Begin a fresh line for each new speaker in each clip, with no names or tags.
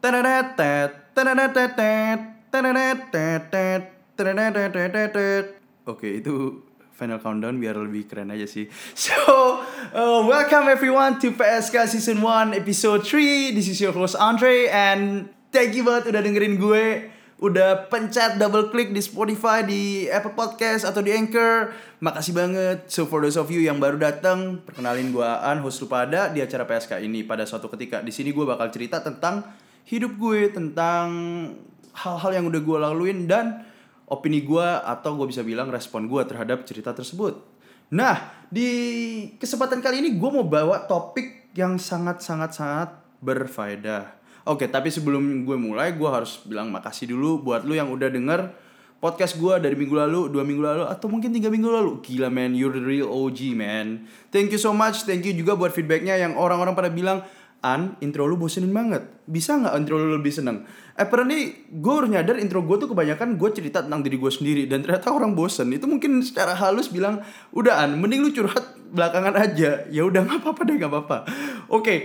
Oke, itu final countdown biar lebih keren aja sih. So, welcome everyone to PSK Season 1 Episode 3. This is your host Andre, and thank you banget udah dengerin gue. Udah pencet double klik di Spotify, di Apple Podcast, atau di Anchor. Makasih banget. So for those of you yang baru datang, perkenalin gue Aan, host lu pada di acara PSK ini. Pada suatu ketika di sini gue bakal cerita tentang hidup gue, tentang hal-hal yang udah gue laluin dan opini gue, atau gue bisa bilang respon gue terhadap cerita tersebut. Nah, di kesempatan kali ini gue mau bawa topik yang sangat berfaedah. Oke, tapi sebelum gue mulai, gue harus bilang makasih dulu buat lu yang udah denger podcast gue dari minggu lalu, 2 minggu lalu, atau mungkin 3 minggu lalu. Gila man, you're the real OG man. Thank you so much. Thank you juga buat feedbacknya yang orang-orang pada bilang, An, intro lu bosenin banget. Bisa gak intro lu lebih seneng? Apparently, gue harus nyadar intro gue tuh kebanyakan gue cerita tentang diri gue sendiri. Dan ternyata orang bosen. Itu mungkin secara halus bilang, udah An, mending lu curhat belakangan aja. Ya udah gak apa-apa deh, gak apa-apa. Oke,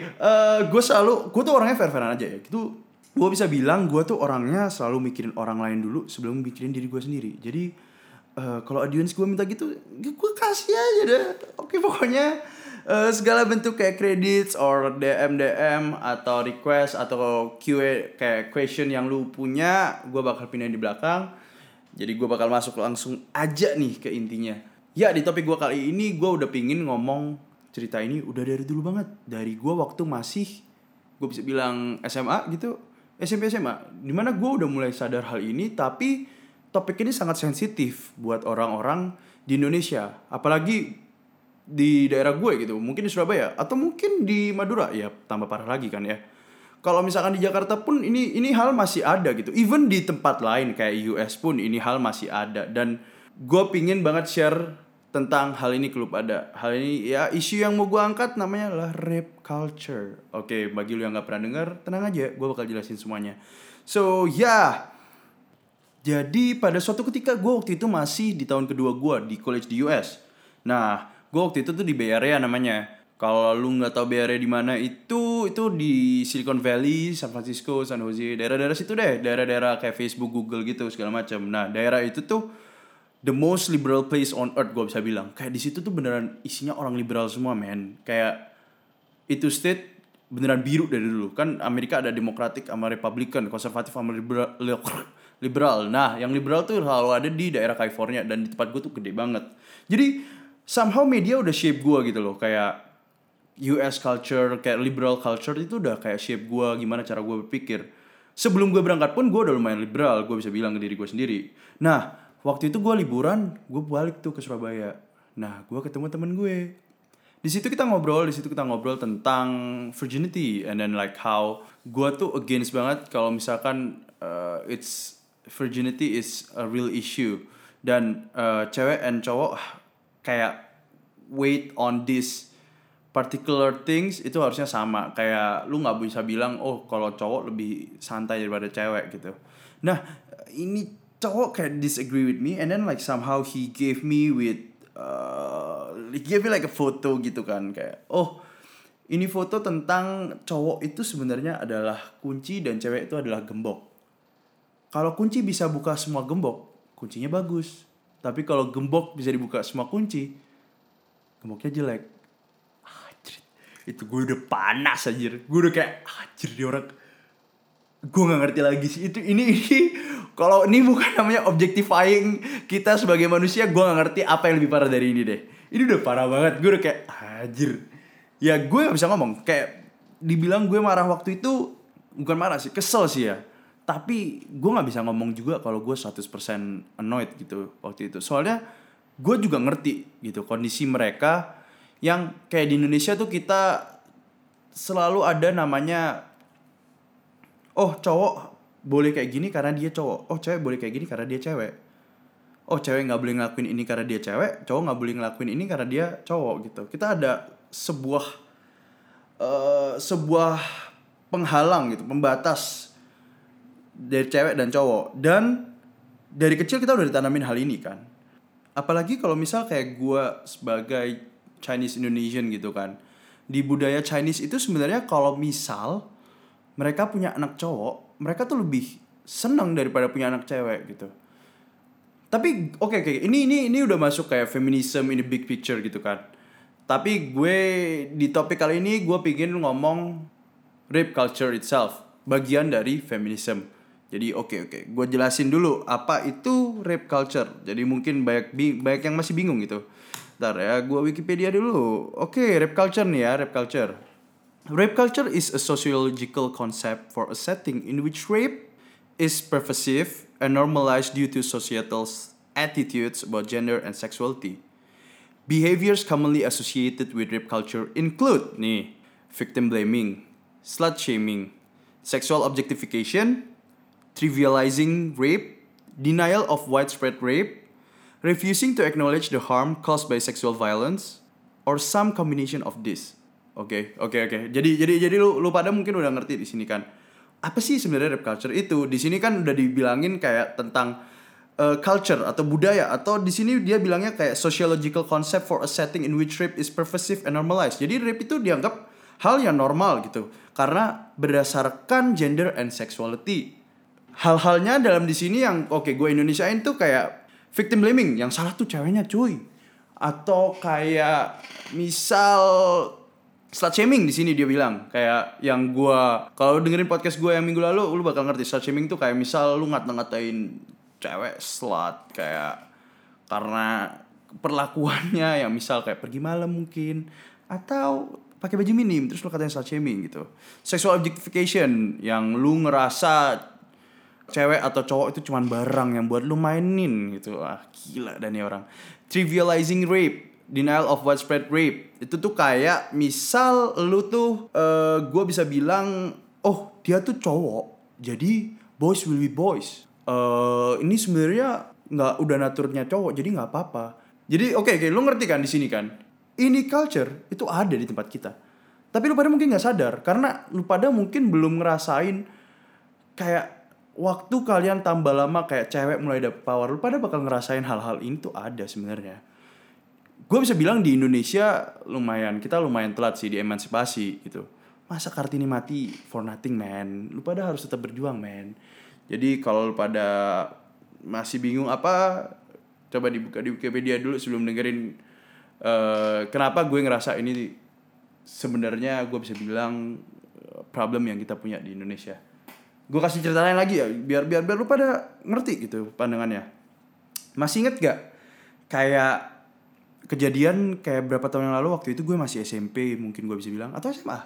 gue tuh orangnya fair-fairan aja ya. Itu gue bisa bilang gue tuh orangnya selalu mikirin orang lain dulu sebelum mikirin diri gue sendiri. Jadi kalau audience gue minta gitu, gue kasih aja deh. Oke, pokoknya segala bentuk kayak credits or DM atau request atau QA kayak question yang lu punya, gue bakal pindahin di belakang. Jadi gue bakal masuk langsung aja nih ke intinya. Ya, di topik gue kali ini gue udah pingin ngomong cerita ini udah dari dulu banget. Dari gue waktu masih, gue bisa bilang SMA gitu, SMP SMA, dimana gue udah mulai sadar hal ini. Tapi topik ini sangat sensitif buat orang-orang di Indonesia, apalagi di daerah gue gitu, mungkin di Surabaya atau mungkin di Madura, ya tambah parah lagi kan ya. Kalau misalkan di Jakarta pun ini hal masih ada gitu. Even di tempat lain kayak US pun ini hal masih ada. Dan gue pingin banget share tentang hal ini ke lu pada. Hal ini ya, isu yang mau gue angkat namanya adalah rape culture. Oke, bagi lu yang gak pernah dengar, tenang aja, gue bakal jelasin semuanya. So ya, jadi pada suatu ketika gue waktu itu masih di tahun kedua gue di college di US. Nah, gue waktu itu tuh di Bay Area namanya. Kalau lu nggak tahu Bay Area di mana, itu di Silicon Valley, San Francisco, San Jose, daerah-daerah situ deh, daerah-daerah kayak Facebook, Google gitu segala macam. Nah, daerah itu tuh the most liberal place on earth, gue bisa bilang. Kayak di situ tuh beneran isinya orang liberal semua, man. Kayak itu state beneran biru dari dulu. Kan Amerika ada Democratic sama Republican, konservatif sama liberal. Nah, yang liberal tuh selalu ada di daerah California, dan di tempat gue tuh gede banget. Jadi somehow media udah shape gue gitu loh. Kayak US culture, kayak liberal culture itu udah kayak shape gue, gimana cara gue berpikir. Sebelum gue berangkat pun gue udah lumayan liberal, gue bisa bilang ke diri gue sendiri. Nah, waktu itu gue liburan, gue balik tuh ke Surabaya. Nah, gue ketemu temen gue. Di situ kita ngobrol tentang virginity, and then like how gue tuh against banget kalau misalkan it's virginity is a real issue, dan cewek and cowok kayak wait on this particular things itu harusnya sama. Kayak lu nggak bisa bilang oh kalau cowok lebih santai daripada cewek gitu. Nah, ini cowok kayak disagree with me, and then like somehow he gave me like a photo gitu kan, kayak oh ini foto tentang cowok itu sebenarnya adalah kunci dan cewek itu adalah gembok. Kalau kunci bisa buka semua gembok, kuncinya bagus. Tapi kalau gembok bisa dibuka semua kunci, gemboknya jelek. Anjir, itu gue udah panas anjir. Gue udah kayak anjir, dia orang, gue nggak ngerti lagi sih itu ini kalau ini bukan namanya objectifying kita sebagai manusia, gue nggak ngerti apa yang lebih parah dari ini deh. Ini udah parah banget. Gue udah kayak anjir. Ya gue nggak bisa ngomong. Kayak dibilang gue marah waktu itu, bukan marah sih, kesel sih ya. Tapi gue nggak bisa ngomong juga kalau gue 100% annoyed gitu waktu itu. Soalnya gue juga ngerti gitu kondisi mereka yang kayak di Indonesia tuh kita selalu ada namanya, oh cowok boleh kayak gini karena dia cowok. Oh cewek boleh kayak gini karena dia cewek. Oh cewek gak boleh ngelakuin ini karena dia cewek. Cowok gak boleh ngelakuin ini karena dia cowok gitu. Kita ada sebuah penghalang gitu, pembatas dari cewek dan cowok. Dan dari kecil kita udah ditanamin hal ini kan. Apalagi kalau misal kayak gue sebagai Chinese Indonesian gitu kan. Di budaya Chinese itu sebenarnya kalau misal mereka punya anak cowok, mereka tuh lebih senang daripada punya anak cewek gitu. Tapi oke, ini udah masuk kayak feminism in the big picture gitu kan. Tapi gue di topik kali ini gue pingin ngomong rape culture itself, bagian dari feminism. Jadi oke, gue jelasin dulu apa itu rape culture. Jadi mungkin banyak yang masih bingung gitu. Ntar ya, gue Wikipedia dulu. Oke, rape culture nih ya, rape culture. Rape culture is a sociological concept for a setting in which rape is pervasive and normalized due to societal attitudes about gender and sexuality. Behaviors commonly associated with rape culture include victim blaming, slut shaming, sexual objectification, trivializing rape, denial of widespread rape, refusing to acknowledge the harm caused by sexual violence, or some combination of this. Oke. Jadi lu pada mungkin udah ngerti di sini kan. Apa sih sebenarnya rape culture itu? Di sini kan udah dibilangin kayak tentang culture atau budaya, atau di sini dia bilangnya kayak sociological concept for a setting in which rape is pervasive and normalized. Jadi rape itu dianggap hal yang normal gitu karena berdasarkan gender and sexuality. Hal-halnya dalam di sini yang gue Indonesiain tuh kayak victim blaming, yang salah tuh ceweknya cuy. Atau kayak misal slut shaming, di sini dia bilang kayak yang kalau dengerin podcast gue yang minggu lalu lu bakal ngerti slut shaming tuh kayak misal lu ngata-ngatain cewek slut kayak karena perlakuannya yang misal kayak pergi malam mungkin atau pakai baju minim terus lu katain slut shaming gitu. Sexual objectification, yang lu ngerasa cewek atau cowok itu cuman barang yang buat lu mainin gitu. Gila dan ya orang. Trivializing rape, denial of widespread rape. Itu tuh kayak misal lu tuh gue bisa bilang dia tuh cowok jadi boys will be boys. Ini sebenarnya nggak udah naturnya cowok jadi nggak apa-apa. Jadi oke, lu ngerti kan di sini kan? Ini culture itu ada di tempat kita. Tapi lu pada mungkin nggak sadar karena lu pada mungkin belum ngerasain kayak waktu kalian tambah lama kayak cewek mulai dapet power, lu pada bakal ngerasain hal-hal ini tuh ada sebenarnya. Gue bisa bilang di Indonesia kita lumayan telat sih di emansipasi gitu. Masa Kartini mati for nothing man? Lu pada harus tetap berjuang man. Jadi kalau lu pada masih bingung apa, coba dibuka di Wikipedia dulu sebelum dengerin kenapa gue ngerasa ini sebenarnya gue bisa bilang problem yang kita punya di Indonesia. Gue kasih cerita lain lagi ya biar lu pada ngerti gitu pandangannya. Masih inget gak kayak kejadian kayak berapa tahun yang lalu, waktu itu gue masih SMP mungkin gue bisa bilang, atau SMA.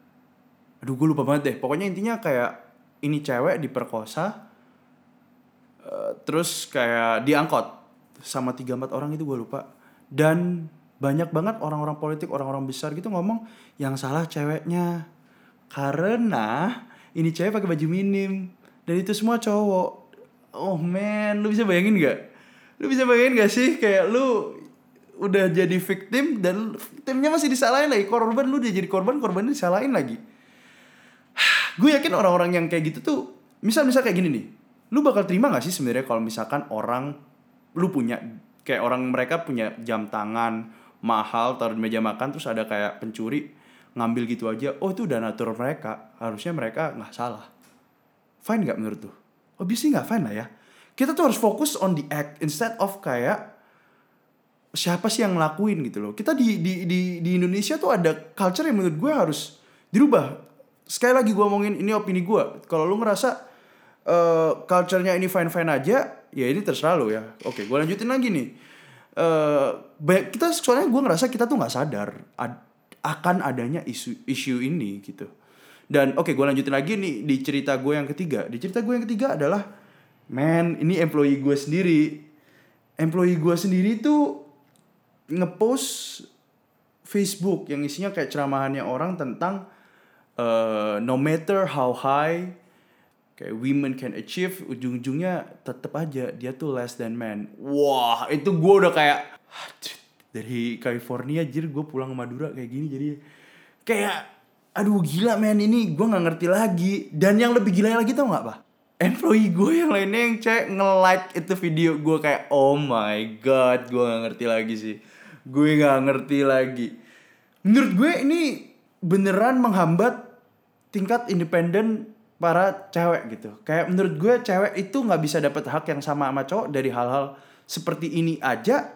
Aduh gue lupa banget deh. Pokoknya intinya kayak ini cewek diperkosa, terus kayak diangkot sama 3-4 orang itu gue lupa. Dan banyak banget orang-orang politik, orang-orang besar gitu ngomong yang salah ceweknya karena ini cewek pakai baju minim dan itu semua cowok. Oh man, lu bisa bayangin gak? Lu bisa bayangin gak sih kayak lu udah jadi victim dan victimnya masih disalahin lagi, korban lu udah jadi korbannya disalahin lagi. Gue yakin orang-orang yang kayak gitu tuh misal kayak gini nih, lu bakal terima gak sih sebenarnya kalau misalkan lu punya kayak orang mereka punya jam tangan mahal taruh di meja makan, terus ada kayak pencuri ngambil gitu aja, itu udah natural mereka, harusnya mereka nggak salah. Fine nggak menurut tuh? Obviously nggak fine lah ya. Kita tuh harus fokus on the act instead of kayak siapa sih yang ngelakuin gitu loh. Kita di Indonesia tuh ada culture yang menurut gue harus dirubah. Sekali lagi gue ngomongin ini opini gue. Kalau lu ngerasa culture-nya ini fine-fine aja, ya ini terserah lu ya. Oke, gue lanjutin lagi nih. Kita soalnya gue ngerasa kita tuh nggak sadar akan adanya isu ini gitu. Dan gue lanjutin lagi nih di cerita gue yang ketiga. Di cerita gue yang ketiga adalah ini employee gue sendiri. Employee gue sendiri tuh ngepost Facebook yang isinya kayak ceramahannya orang tentang no matter how high kayak women can achieve, ujung-ujungnya tetap aja dia tuh less than man. Wah, itu gue udah kayak dari California gue pulang ke Madura kayak gini, jadi kayak aduh gila men, ini gue nggak ngerti lagi. Dan yang lebih gila lagi tau nggak apa? Employee gue yang lainnya yang cewek nge-like itu video gue, kayak oh my god, gue nggak ngerti lagi sih. Gue nggak ngerti lagi. Menurut gue ini beneran menghambat tingkat independen para cewek gitu. Kayak menurut gue cewek itu nggak bisa dapat hak yang sama cowok dari hal-hal seperti ini aja.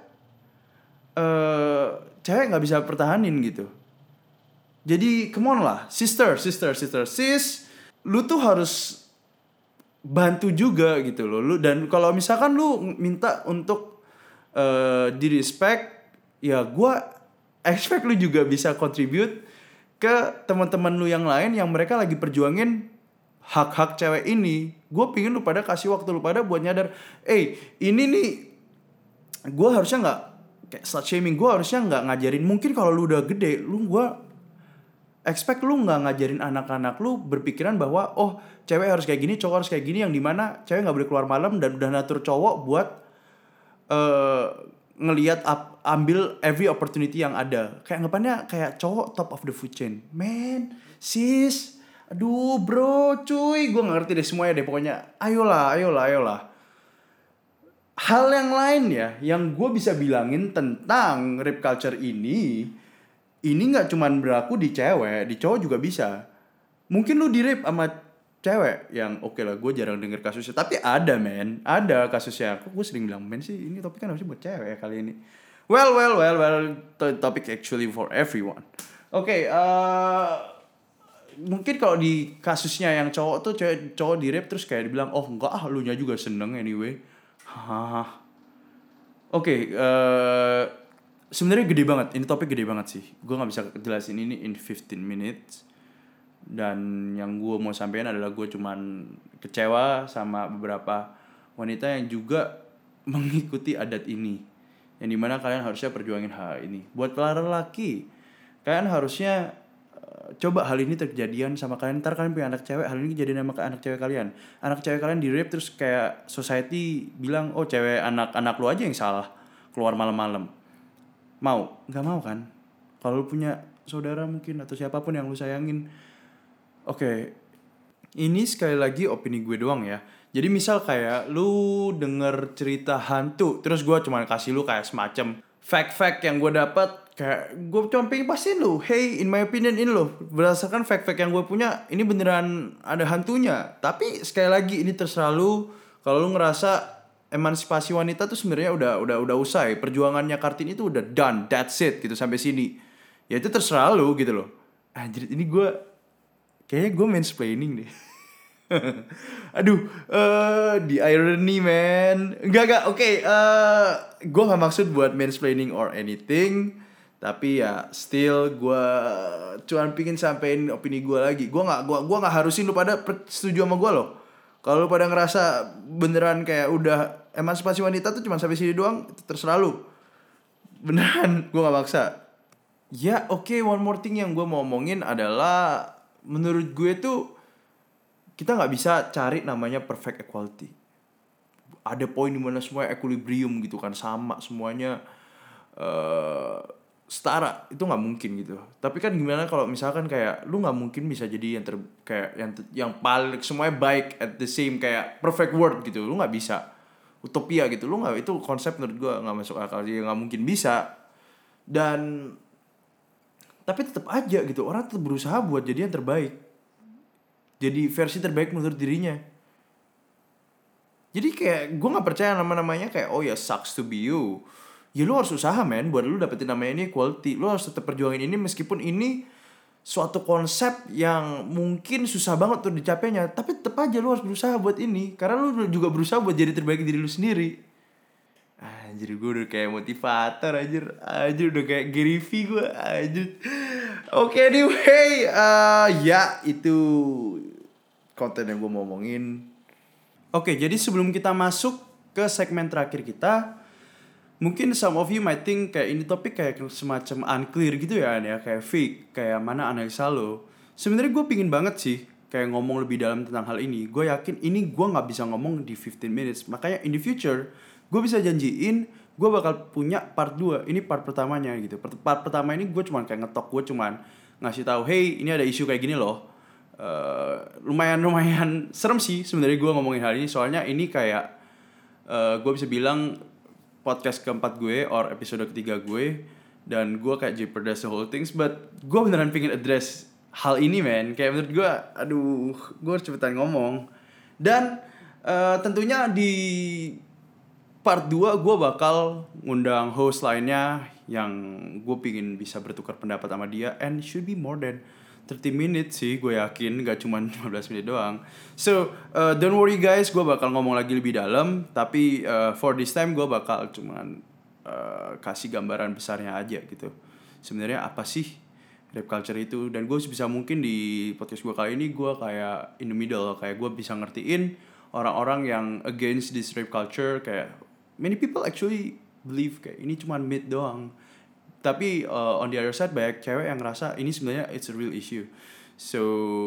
Cewek nggak bisa pertahanin gitu. Jadi come on lah, sis, lu tuh harus bantu juga gitu loh. Dan kalau misalkan lu minta untuk di respect, ya gue expect lu juga bisa contribute ke teman-teman lu yang lain yang mereka lagi perjuangin hak-hak cewek ini. Gue pingin lu pada kasih waktu lu pada buat nyadar, ini nih gue harusnya nggak kayak slut shaming, gue harusnya nggak ngajarin. Mungkin kalau lu udah gede, gue expect lu nggak ngajarin anak-anak lu berpikiran bahwa cewek harus kayak gini, cowok harus kayak gini, yang dimana cewek nggak boleh keluar malam dan udah natur cowok buat ngelihat ambil every opportunity yang ada. Kayak anggapannya kayak cowok top of the food chain. Man, sis, aduh bro, cuy, gue nggak ngerti deh semuanya deh pokoknya. Ayolah. Hal yang lain ya, yang gue bisa bilangin tentang rape culture ini nggak cuman berlaku di cewek, di cowok juga bisa. Mungkin lu di rape sama cewek yang oke lah, gue jarang denger kasusnya, tapi ada ada kasusnya. Kok gue sering bilang sih, ini topik kan harusnya buat cewek ya kali ini. Well, topic actually for everyone. Oke, mungkin kalau di kasusnya yang cowok tuh cowok di rape terus kayak dibilang enggak lu nya juga seneng anyway. Oke, sebenarnya gede banget. Ini topik gede banget sih. Gue nggak bisa jelasin ini in 15 minutes. Dan yang gue mau sampaikan adalah gue cuman kecewa sama beberapa wanita yang juga mengikuti adat ini. Yang dimana kalian harusnya perjuangin hal ini. Buat para lelaki, kalian harusnya coba hal ini terjadian sama kalian. Ntar kalian punya anak cewek, hal ini kejadian sama anak cewek kalian. Anak cewek kalian di rape terus kayak society bilang cewek anak lu aja yang salah keluar malam-malam. Mau? Gak mau kan? Kalau lu punya saudara mungkin atau siapapun yang lu sayangin. Oke. Ini sekali lagi opini gue doang ya. Jadi misal kayak lu denger cerita hantu, terus gue cuma kasih lu kayak semacam fact-fact yang gue dapat, kayak gue cuma pengen pastiin lu, hey, in my opinion ini loh, berdasarkan fact-fact yang gue punya, ini beneran ada hantunya. Tapi sekali lagi ini terserah lu. Kalau lu ngerasa emansipasi wanita tuh sebenarnya udah usai, perjuangannya Kartini itu udah done, that's it gitu sampai sini. Ya itu terserah lu gitu loh. Anjir, ini kayaknya gue mansplaining deh. Aduh, the irony man. Enggak, oke. Gue gak maksud buat mansplaining or anything. Tapi ya still gue cuman pingin sampein opini gue lagi. Gue gak harusin lu pada setuju sama gue loh. Kalau lu pada ngerasa beneran kayak udah emansipasi wanita tuh cuma sampai sini doang, terserah lu. Beneran, gue gak maksa. Ya oke, one more thing yang gue mau omongin adalah menurut gue tuh kita nggak bisa cari namanya perfect equality. Ada poin dimana semua equilibrium gitu kan, sama semuanya setara, itu nggak mungkin gitu. Tapi kan gimana kalau misalkan kayak lu nggak mungkin bisa jadi yang paling semuanya baik at the same kayak perfect world gitu, lu nggak bisa. Utopia gitu, lu nggak, itu konsep menurut gue nggak masuk akal, jadi nggak mungkin bisa. Dan tapi tetap aja gitu, orang tetap berusaha buat jadi yang terbaik, jadi versi terbaik menurut dirinya. Jadi kayak gue nggak percaya namanya kayak sucks to be you. Ya lu harus usaha men buat lu dapetin namanya ini equality. Lu harus tetap perjuangin ini meskipun ini suatu konsep yang mungkin susah banget tuh dicapainya, tapi tetap aja lu harus berusaha buat ini, karena lu juga berusaha buat jadi terbaik diri lu sendiri. Anjir, gue udah kayak motivator anjir udah kayak Gary V gue anjir. Oke, anyway, ya itu konten yang gue mau omongin. Oke, jadi sebelum kita masuk ke segmen terakhir kita, mungkin some of you might think kayak ini topik kayak semacam unclear gitu ya, kayak fake, kayak mana analisa lo. Sebenarnya gue pingin banget sih kayak ngomong lebih dalam tentang hal ini. Gue yakin ini gue nggak bisa ngomong di 15 minutes. Makanya in the future gue bisa janjiin gue bakal punya part 2. Ini part pertamanya gitu. Part pertama ini gue cuman kayak ngetok, gue cuman ngasih tahu, hey, ini ada isu kayak gini loh. Lumayan serem sih sebenarnya gue ngomongin hal ini, soalnya ini kayak gue bisa bilang podcast keempat gue or episode ketiga gue, dan gue kayak jeopardize the whole things, but gue beneran pengen address hal ini men. Kayak menurut gue, aduh, gue harus cepetan ngomong. Dan tentunya di part 2 gue bakal ngundang host lainnya yang gue pingin bisa bertukar pendapat sama dia. And should be more than 30 minutes sih, gue yakin, gak cuma 15 menit doang. So, don't worry guys, gue bakal ngomong lagi lebih dalam. Tapi for this time gue bakal cuman kasih gambaran besarnya aja gitu. Sebenarnya apa sih rap culture itu? Dan gue sebisa mungkin di podcast gue kali ini gue kayak in the middle. Kayak gue bisa ngertiin orang-orang yang against this rap culture. Kayak many people actually believe kayak ini cuma myth doang. Tapi on the other side banyak cewek yang ngerasa ini sebenarnya it's a real issue. So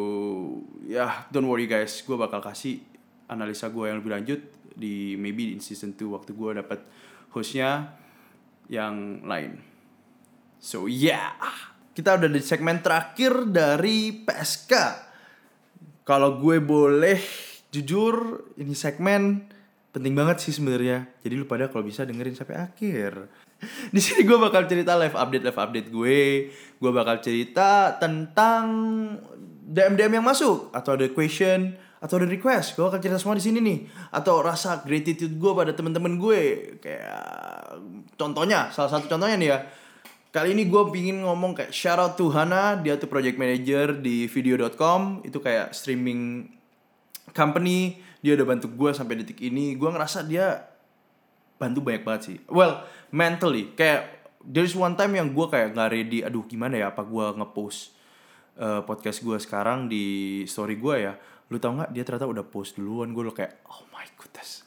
don't worry guys, gue bakal kasih analisa gue yang lebih lanjut di maybe in season 2 waktu gue dapat hostnya yang lain. So kita udah di segmen terakhir dari PSK. Kalau gue boleh jujur, ini segmen penting banget sih sebenarnya. Jadi lu pada kalau bisa dengerin sampai akhir. Di sini gue bakal cerita live update gue. Gue bakal cerita tentang DM yang masuk, atau ada question, atau ada request. Gue bakal cerita semua di sini nih. Atau rasa gratitude gue pada teman-teman gue. Kayak contohnya, salah satu contohnya nih ya. Kali ini gue pingin ngomong kayak shout out to Hana. Dia tuh project manager di video.com. Itu kayak streaming company. Dia udah bantu gue sampai detik ini. Gue ngerasa dia bantu banyak banget sih. Well, mentally. Kayak there's one time yang gue kayak gak ready. Aduh gimana ya, apa gue nge-post podcast gue sekarang di story gue ya. Lu tau gak, dia ternyata udah post duluan. Gue lo kayak oh my goodness.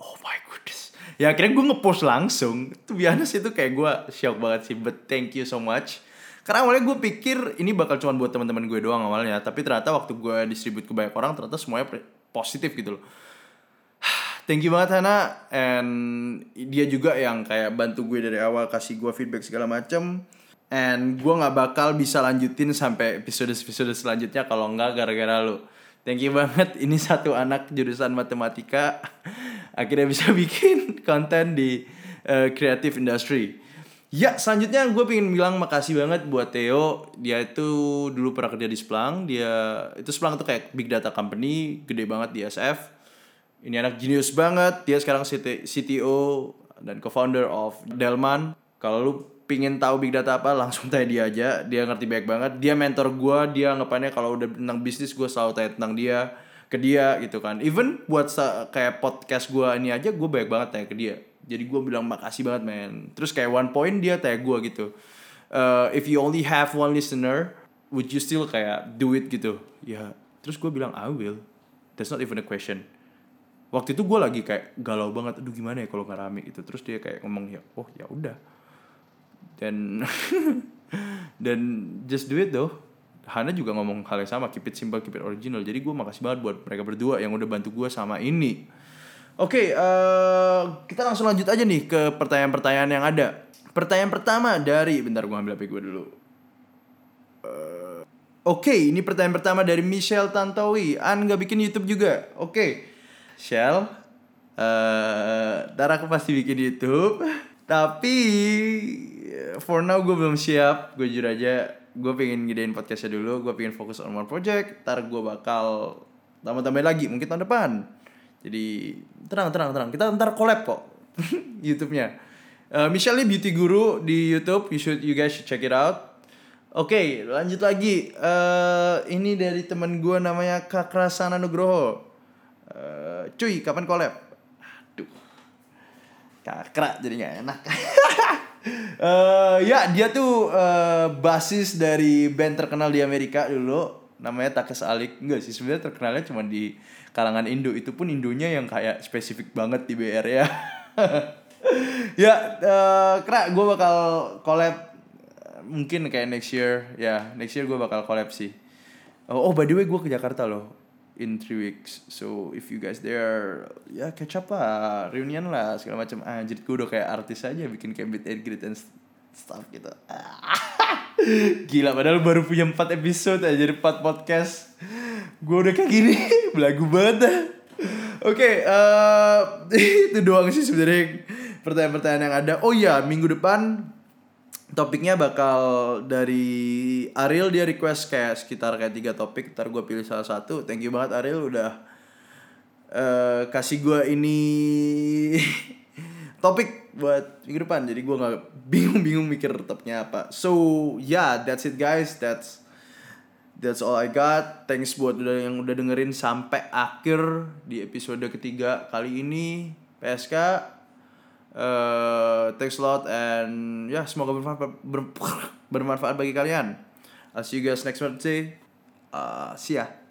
Ya akhirnya gue nge-post langsung. To be honest itu kayak gue shock banget sih. But thank you so much. Karena awalnya gue pikir ini bakal cuma buat teman-teman gue doang awalnya. Tapi ternyata waktu gue distribute ke banyak orang, ternyata semuanya positif gitu loh. Thank you banget Hana. And dia juga yang kayak bantu gue dari awal, kasih gue feedback segala macem. And gue gak bakal bisa lanjutin sampai episode-episode selanjutnya kalau enggak gara-gara lu. Thank you banget. Ini satu anak jurusan matematika akhirnya bisa bikin konten di creative industry. Ya, selanjutnya gue pengen bilang makasih banget buat Theo. Dia itu dulu pernah kerja di Splunk. Splunk tuh kayak big data company, gede banget di SF. Ini anak genius banget. Dia sekarang CTO dan co-founder of Delman. Kalau lu pingin tahu big data apa, langsung tanya dia aja. Dia ngerti banyak banget. Dia mentor gue. Dia anggapannya kalau udah tentang bisnis, gue selalu tanya tentang dia ke dia gitu kan. Even buat kayak podcast gue ini aja, gue banyak banget tanya ke dia. Jadi gue bilang makasih banget man. Terus kayak one point dia tanya gue gitu, if you only have one listener, would you still kayak do it gitu. Ya terus gue bilang I will. That's not even a question. Waktu itu gue lagi kayak galau banget, aduh gimana ya kalau nggak rame gitu. Terus dia kayak ngomong ya udah. Dan just do it though. Hana juga ngomong hal yang sama, keep it simple, keep it original. Jadi gue makasih banget buat mereka berdua yang udah bantu gue sama ini. Oke, kita langsung lanjut aja nih ke pertanyaan-pertanyaan yang ada. Pertanyaan pertama dari, bentar gue ambil HP gue dulu. Oke, ini pertanyaan pertama dari Michelle Tantowi. An gak bikin YouTube juga? Oke, Shell, ntar aku pasti bikin YouTube. Tapi for now gue belum siap. Gue jujur aja, gue pengen ngedein podcastnya dulu. Gue pengen fokus on one project. Ntar gue bakal tambah-tambahin lagi mungkin tahun depan. Jadi tenang. Kita ntar collab kok YouTube-nya. Michelle ini beauty guru di YouTube. You guys should check it out. Oke, lanjut lagi. Ini dari teman gue namanya Kakrasana Nugroho. Cuy, kapan collab? Aduh, Kakra jadi gak enak. Ya dia tuh basis dari band terkenal di Amerika dulu, namanya Takes Alik. Enggak sih, sebenarnya terkenalnya cuma di kalangan Indo. Itu pun Indonya yang kayak spesifik banget di BR ya. Ya, Kra, gue bakal collab mungkin kayak next year. Ya, next year gue bakal collab sih. Oh by the way gue ke Jakarta loh in 3 weeks. So if you guys there, ya catch up lah, reunian lah segala macam. Jadi gue udah kayak artis aja, bikin kayak meet and greet and stuff gitu. Gila, padahal baru punya 4 episode aja, jadi 4 podcast. Gue udah kayak gini, belagu banget. Oke, itu doang sih sebenarnya pertanyaan-pertanyaan yang ada. Oh iya, minggu depan topiknya bakal dari Ariel, dia request kayak sekitar kayak 3 topik, ntar gue pilih salah satu. Thank you banget Ariel udah kasih gue ini topik buat minggu depan, jadi gue nggak bingung mikir topiknya apa. So yeah, that's it guys, that's all I got. Thanks buat yang udah dengerin sampai akhir di episode ketiga kali ini PSK. Thanks a lot and ya semoga bermanfaat bagi kalian. I'll see you guys next Wednesday. See ya.